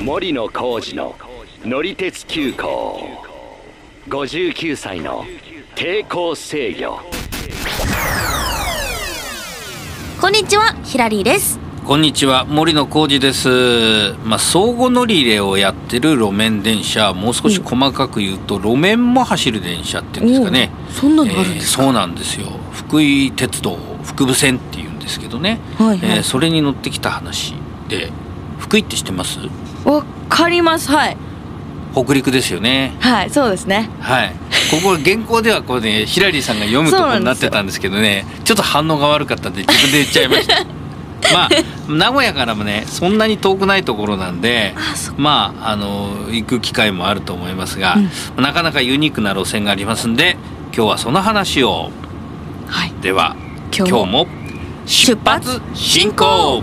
森野浩二の乗り鉄急行。59歳の抵抗制御。 こんにちは、ヒラリーです。 こんにちは、森野浩二です。相互乗り入れをやってる路面電車、もう少し細かく言うと路面も走る電車っていうんですかね。 そんなのあるんですか？ そうなんですよ。福井鉄道福武線っていうんですけどね、それに乗ってきた話で、福井って知ってます？ わかります。はい、 北陸ですよね。 はい、そうですね。 はい、ここ原稿ではこれね、ヒラリーさんが読むところになってたんですけどね、ちょっと反応が悪かったんで自分で言っちゃいました名古屋からもね、そんなに遠くないところなんで、行く機会もあると思いますが、なかなかユニークな路線がありますんで、今日はその話を。では今日も出発進行。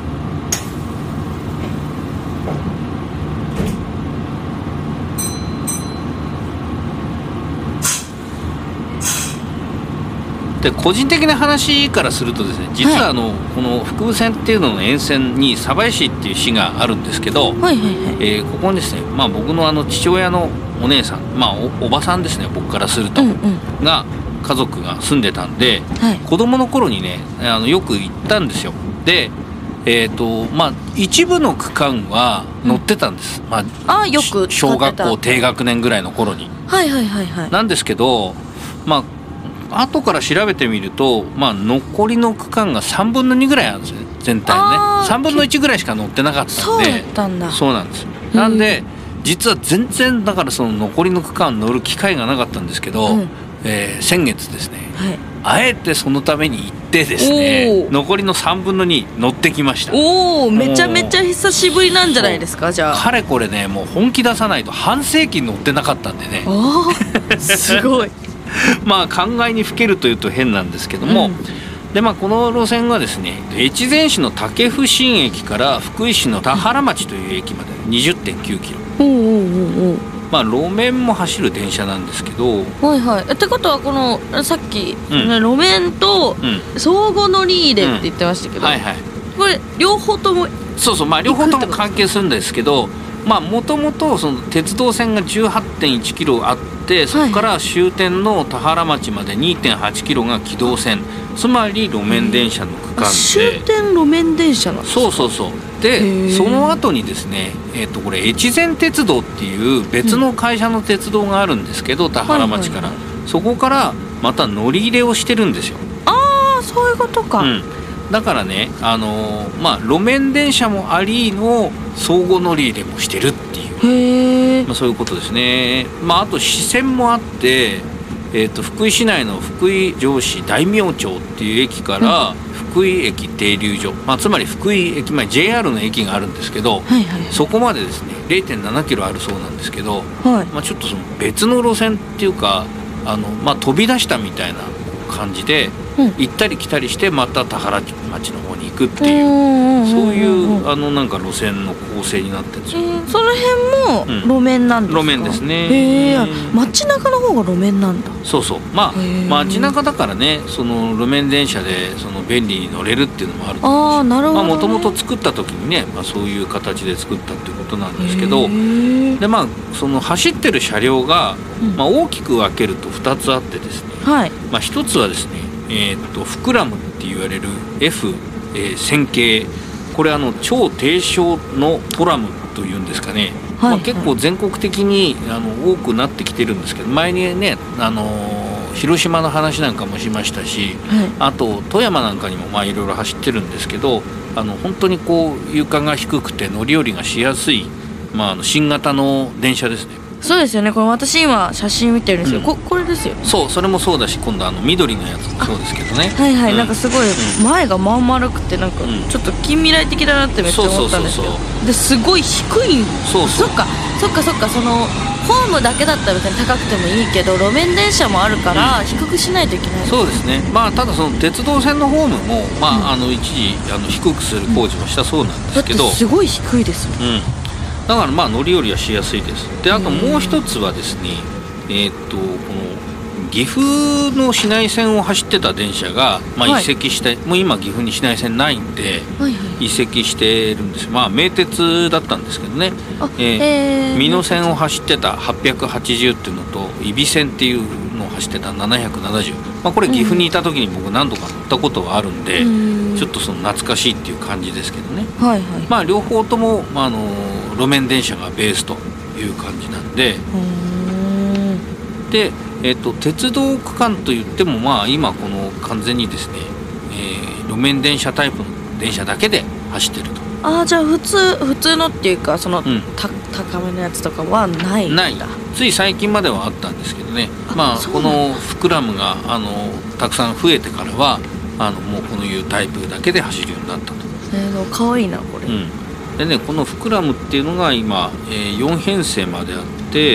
で、個人的な話からするとですね、実はこの福武線っていうのの沿線に鯖江市っていう市があるんですけど、ここにですね、僕の父親のお姉さん、おばさんですね、僕からすると、が家族が住んでたんで、子供の頃にね、よく行ったんですよ。で、一部の区間は乗ってたんです、 よく小学校低学年ぐらいの頃に。なんですけど、後から調べてみると、残りの区間が3分の2ぐらいあるんですよね、全体のね。3分の1ぐらいしか乗ってなかったんで。そうなんです。なんで実は全然、だからその残りの区間乗る機会がなかったんですけど、先月ですね、あえてそのために行ってですね、残りの3分の2乗ってきました。 めちゃめちゃ久しぶりなんじゃないですか。じゃあかれこれね、もう本気出さないと半世紀乗ってなかったんでね。 すごい考えにふけるというと変なんですけども、でこの路線がですね、越前市の武生新駅から福井市の田原町という駅まで 20.9 キロ。路面も走る電車なんですけど、 ってことは、このさっき、路面と相互乗り入れって言ってましたけど、これ両方とも両方とも関係するんですけど、もともとその鉄道線が 18.1 キロあって、そこから終点の田原町まで 2.8 キロが軌道線、つまり路面電車の区間で、 終点路面電車なんですか？ で、その後にですね、これ越前鉄道っていう別の会社の鉄道があるんですけど、田原町から、そこからまた乗り入れをしてるんですよ。 そういうことか。 だからね、路面電車もありの相互乗り入れもしてるっていう、そういうことですね。あと支線もあって、福井市内の福井城市大名町っていう駅から福井駅停留所、つまり福井駅前 JR の駅があるんですけど、そこまでですね 0.7 キロあるそうなんですけど、ちょっとその別の路線っていうか、飛び出したみたいな感じで、行ったり来たりしてまた田原町の方に行くっていう、そういうなんか路線の構成になってるんですよ。 その辺も路面なんですか？ 路面ですね。 街中の方が路面なんだ。 街中だからね、その路面電車でその便利に乗れるっていうのもあると思うし、 なるほどね。 もともと作った時にね、そういう形で作ったっていうことなんですけど、でその走ってる車両が、大きく分けると2つあってですね、1つはですね、フクラムって言われる F1000 系、これ超低床のトラムというんですかね、結構全国的に多くなってきてるんですけど、前にね、広島の話なんかもしましたし、あと富山なんかにもいろいろ走ってるんですけど、本当にこう床が低くて乗り降りがしやすい、新型の電車ですね。 そうですよね。これ私今写真見てるんですけど、これですよ。 それもそうだし、今度緑のやつもそうですけどね。 なんかすごい前がまん丸くて、なんかちょっと近未来的だなってめっちゃ思ったんですけど、ですごい低い。そっか、そのホームだけだったら別に高くてもいいけど、路面電車もあるから低くしないといけない。 そうですね。ただその鉄道線のホームも一時低くする工事もしたそうなんですけど、 だってすごい低いですもん。 だから乗り降りはしやすいです。で、あともう一つはですね、この岐阜の市内線を走ってた電車が、移籍して、もう今岐阜に市内線ないんで、移籍してるんです。名鉄だったんですけどね、美濃線を走ってた880っていうのと揖斐線っていうのを走ってた770、これ岐阜にいた時に僕何度か乗ったことはあるんで、ちょっとその懐かしいっていう感じですけどね、両方とも、路面電車がベースという感じなんで、で、鉄道区間といっても、今この完全にですね、路面電車タイプの電車だけで走ってると。 じゃあ普通のっていうか高めのやつとかはないんだ。 つい最近まではあったんですけどね、このフクラムがたくさん増えてからはもうこのいうタイプだけで走るようになったと。 かわいいなこれ。 でね、このフクラムっていうのが今、4編成まであって、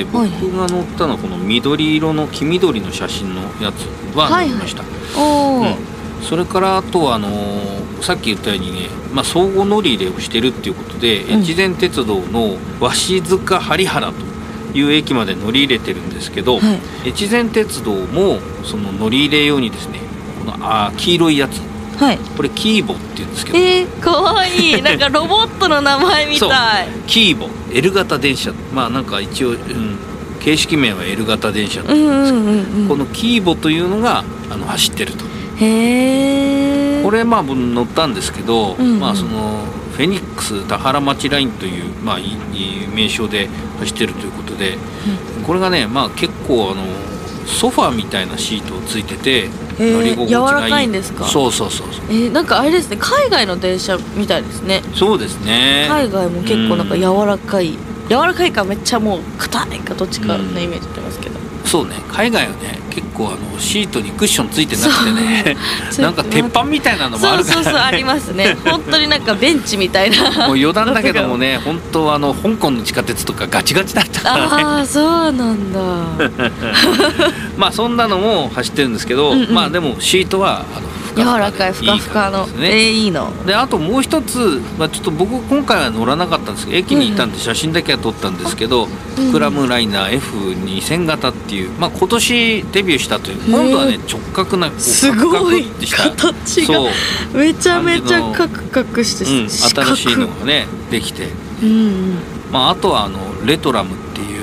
僕が乗ったのはこの緑色の黄緑の写真のやつは乗りました。それからあとはさっき言ったようにね、相互乗り入れをしてるっていうことで、越前鉄道の鷲塚針原という駅まで乗り入れてるんですけど、越前鉄道もその乗り入れ用にですね、この黄色いやつ、これキーボって言うんですけど、 かわいい。なんかロボットの名前みたい。 キーボ L 型電車、なんか一応、形式名は L 型電車なんですけど、このキーボというのが走ってると。これ僕乗ったんですけど、そのフェニックス田原町ラインという、名称で走ってるということで、これがね、結構ソファーみたいなシートをついてて、乗り心地がいい。 柔らかいんですか？ そうなんかあれですね、海外の電車みたいですね。 そうですね。 海外も結構なんか柔らかいかめっちゃもう硬いかどっちかのイメージありますけど、 そうね、海外はね結構シートにクッションついてなくてねなんか鉄板みたいなのもあるからね。 そうありますね。本当になんかベンチみたいなもう余談だけどもね、本当香港の地下鉄とかガチガチだったからね。 そうなんだそんなのも走ってるんですけど、でもシートは柔らかいふかふかのいいので、あともう一つ、ちょっと僕今回は乗らなかったんですけど、駅にいたんで写真だけは撮ったんですけど、フクラムライナー F2000 型っていう、今年デビューしたという、今度はね直角なすごい形がめちゃめちゃカクカクして、 新しいのがねできて、あとはレトラムっていう、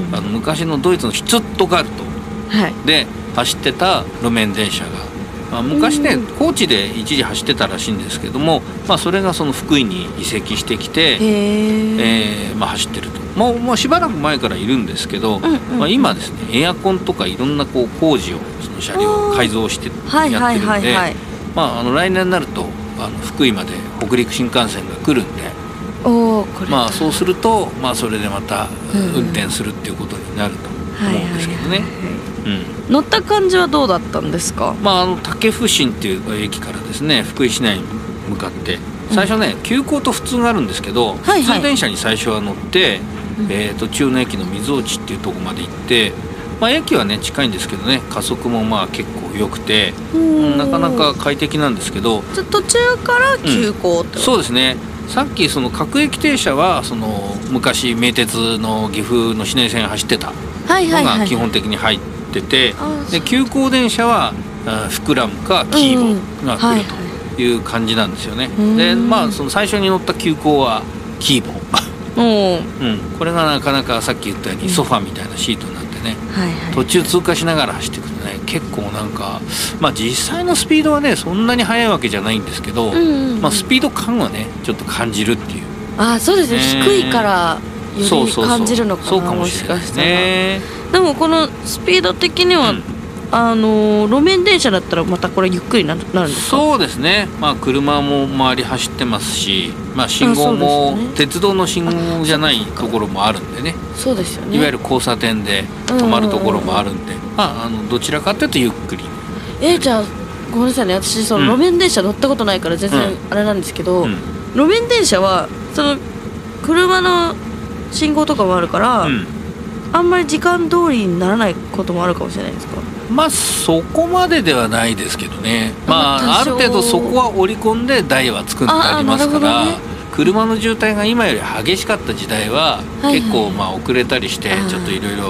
昔のドイツのシュツットガルトで走ってた路面電車が、昔ね高知で一時走ってたらしいんですけども、それがその福井に移籍してきて、走ってると。もうしばらく前からいるんですけど、今ですねエアコンとかいろんな工事をその車両を改造してやってるんで、来年になると福井まで北陸新幹線が来るんで、そうすると、それでまた運転するっていうことになると思うんですけどね。 乗った感じはどうだったんですか？ 武生新っていう駅からですね、福井市内に向かって最初ね、急行と普通があるんですけど、普通電車に最初は乗って、途中の駅の水落っていうところまで行って、駅はね近いんですけどね、加速も結構良くて、なかなか快適なんですけど、 途中から急行って、 そうですね。さっきその各駅停車はその昔名鉄の岐阜の市内線走ってたのが基本的に入ってて、で急行電車はフクラムかキーボが来るという感じなんですよね。でその最初に乗った急行はキーボこれがなかなかさっき言ったようにソファみたいなシートになってね、途中通過しながら走っていくとね、結構なんか実際のスピードはねそんなに速いわけじゃないんですけど、スピード感はねちょっと感じるっていう。 そうですね、低いからより感じるのかな。 そうかもしれないですね。 でもこのスピード的には、路面電車だったらまたこれゆっくりなるんですか？そうですね、 車も周り走ってますし、信号も鉄道の信号じゃないところもあるんでね。 そうですよね。 いわゆる交差点で止まるところもあるんで、どちらかというとゆっくり。 じゃあごめんなさいね、私その路面電車乗ったことないから全然あれなんですけど、路面電車はその車の信号とかもあるから、あんまり時間通りにならないこともあるかもしれないですか？ そこまでではないですけどね、ある程度そこは織り込んで台は作ってありますから、車の渋滞が今より激しかった時代は結構遅れたりしてちょっといろいろ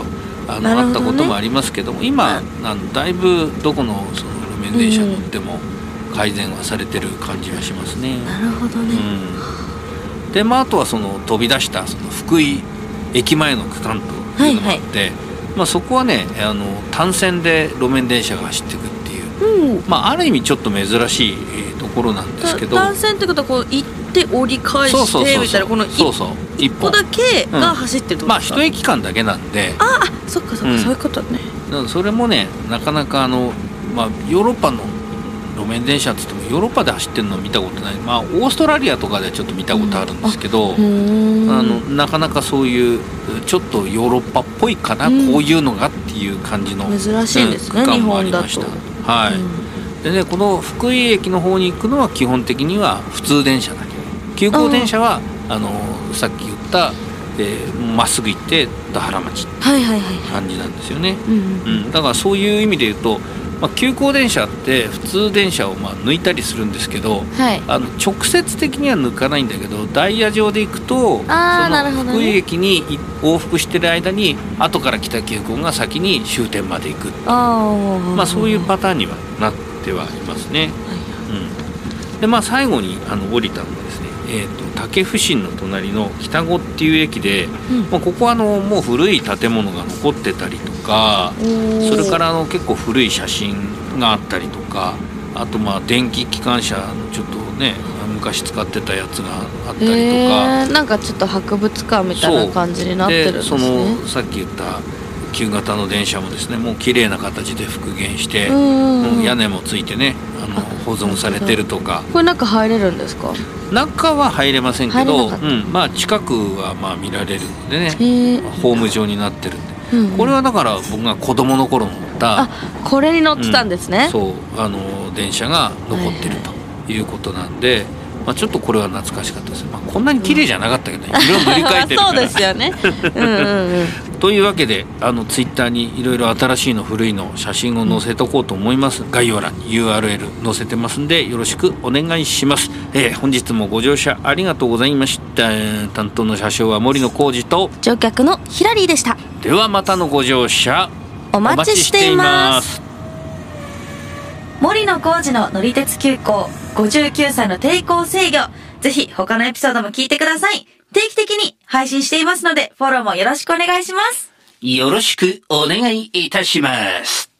あったこともありますけども、今だいぶどこのその路面電車乗っても改善はされてる感じはしますね。 なるほどね。 であとはその飛び出したその福井駅前の区間というのがあって、そこはね単線で路面電車が走っていくっていう、ある意味ちょっと珍しいところなんですけど、 単線ってことはこう行って折り返してみたいな、この一歩だけが走ってるってことですか？ 一駅間だけなんで、 そっかそういうことね。 それもねなかなかヨーロッパの路面電車っつってもヨーロッパで走ってるのは見たことない、オーストラリアとかでちょっと見たことあるんですけど、なかなかそういうちょっとヨーロッパっぽいかな、こういうのがっていう感じの珍しいですね、 区間もありました。 日本だと。でね、この福井駅の方に行くのは基本的には普通電車だけ。急行電車はさっき言ったまっすぐ行って田原町って感じなんですよね。だからそういう意味で言うと、急行電車って普通電車を抜いたりするんですけど、直接的には抜かないんだけど、ダイヤ上で行くとその福井駅に往復してる間に後から来た急行が先に終点まで行く、そういうパターンにはなってはいますね。で最後に降りたのがですね、武府新の隣の北子っていう駅で、ここはもう古い建物が残ってたりとか、それから結構古い写真があったりとか、あと電気機関車のちょっとね昔使ってたやつがあったりとか、 なんかちょっと博物館みたいな感じになってるんですね。 そのさっき言った旧型の電車もですね、もう綺麗な形で復元して、屋根もついてね保存されてるとか。 これ中入れるんですか？ 中は入れませんけど、近くは見られるのでね、ホーム上になってるんで、これはだから僕が子供の頃乗ったこれに乗ってたんですね。 そう電車が残ってるということなんで、ちょっとこれは懐かしかったです。こんなに綺麗じゃなかったけどね、色塗り替えてるからそうですよね。 というわけでツイッターにいろいろ新しいの古いの写真を載せとこうと思います。概要欄に URL 載せてますんでよろしくお願いします。本日もご乗車ありがとうございました。担当の車掌は森野浩二と乗客のヒラリーでした。 ではまたのご乗車お待ちしています。森野浩二の乗り鉄急行、59歳の抵抗制御。ぜひ他のエピソードも聞いてください。定期的に配信していますのでフォローもよろしくお願いします。 よろしくお願いいたします。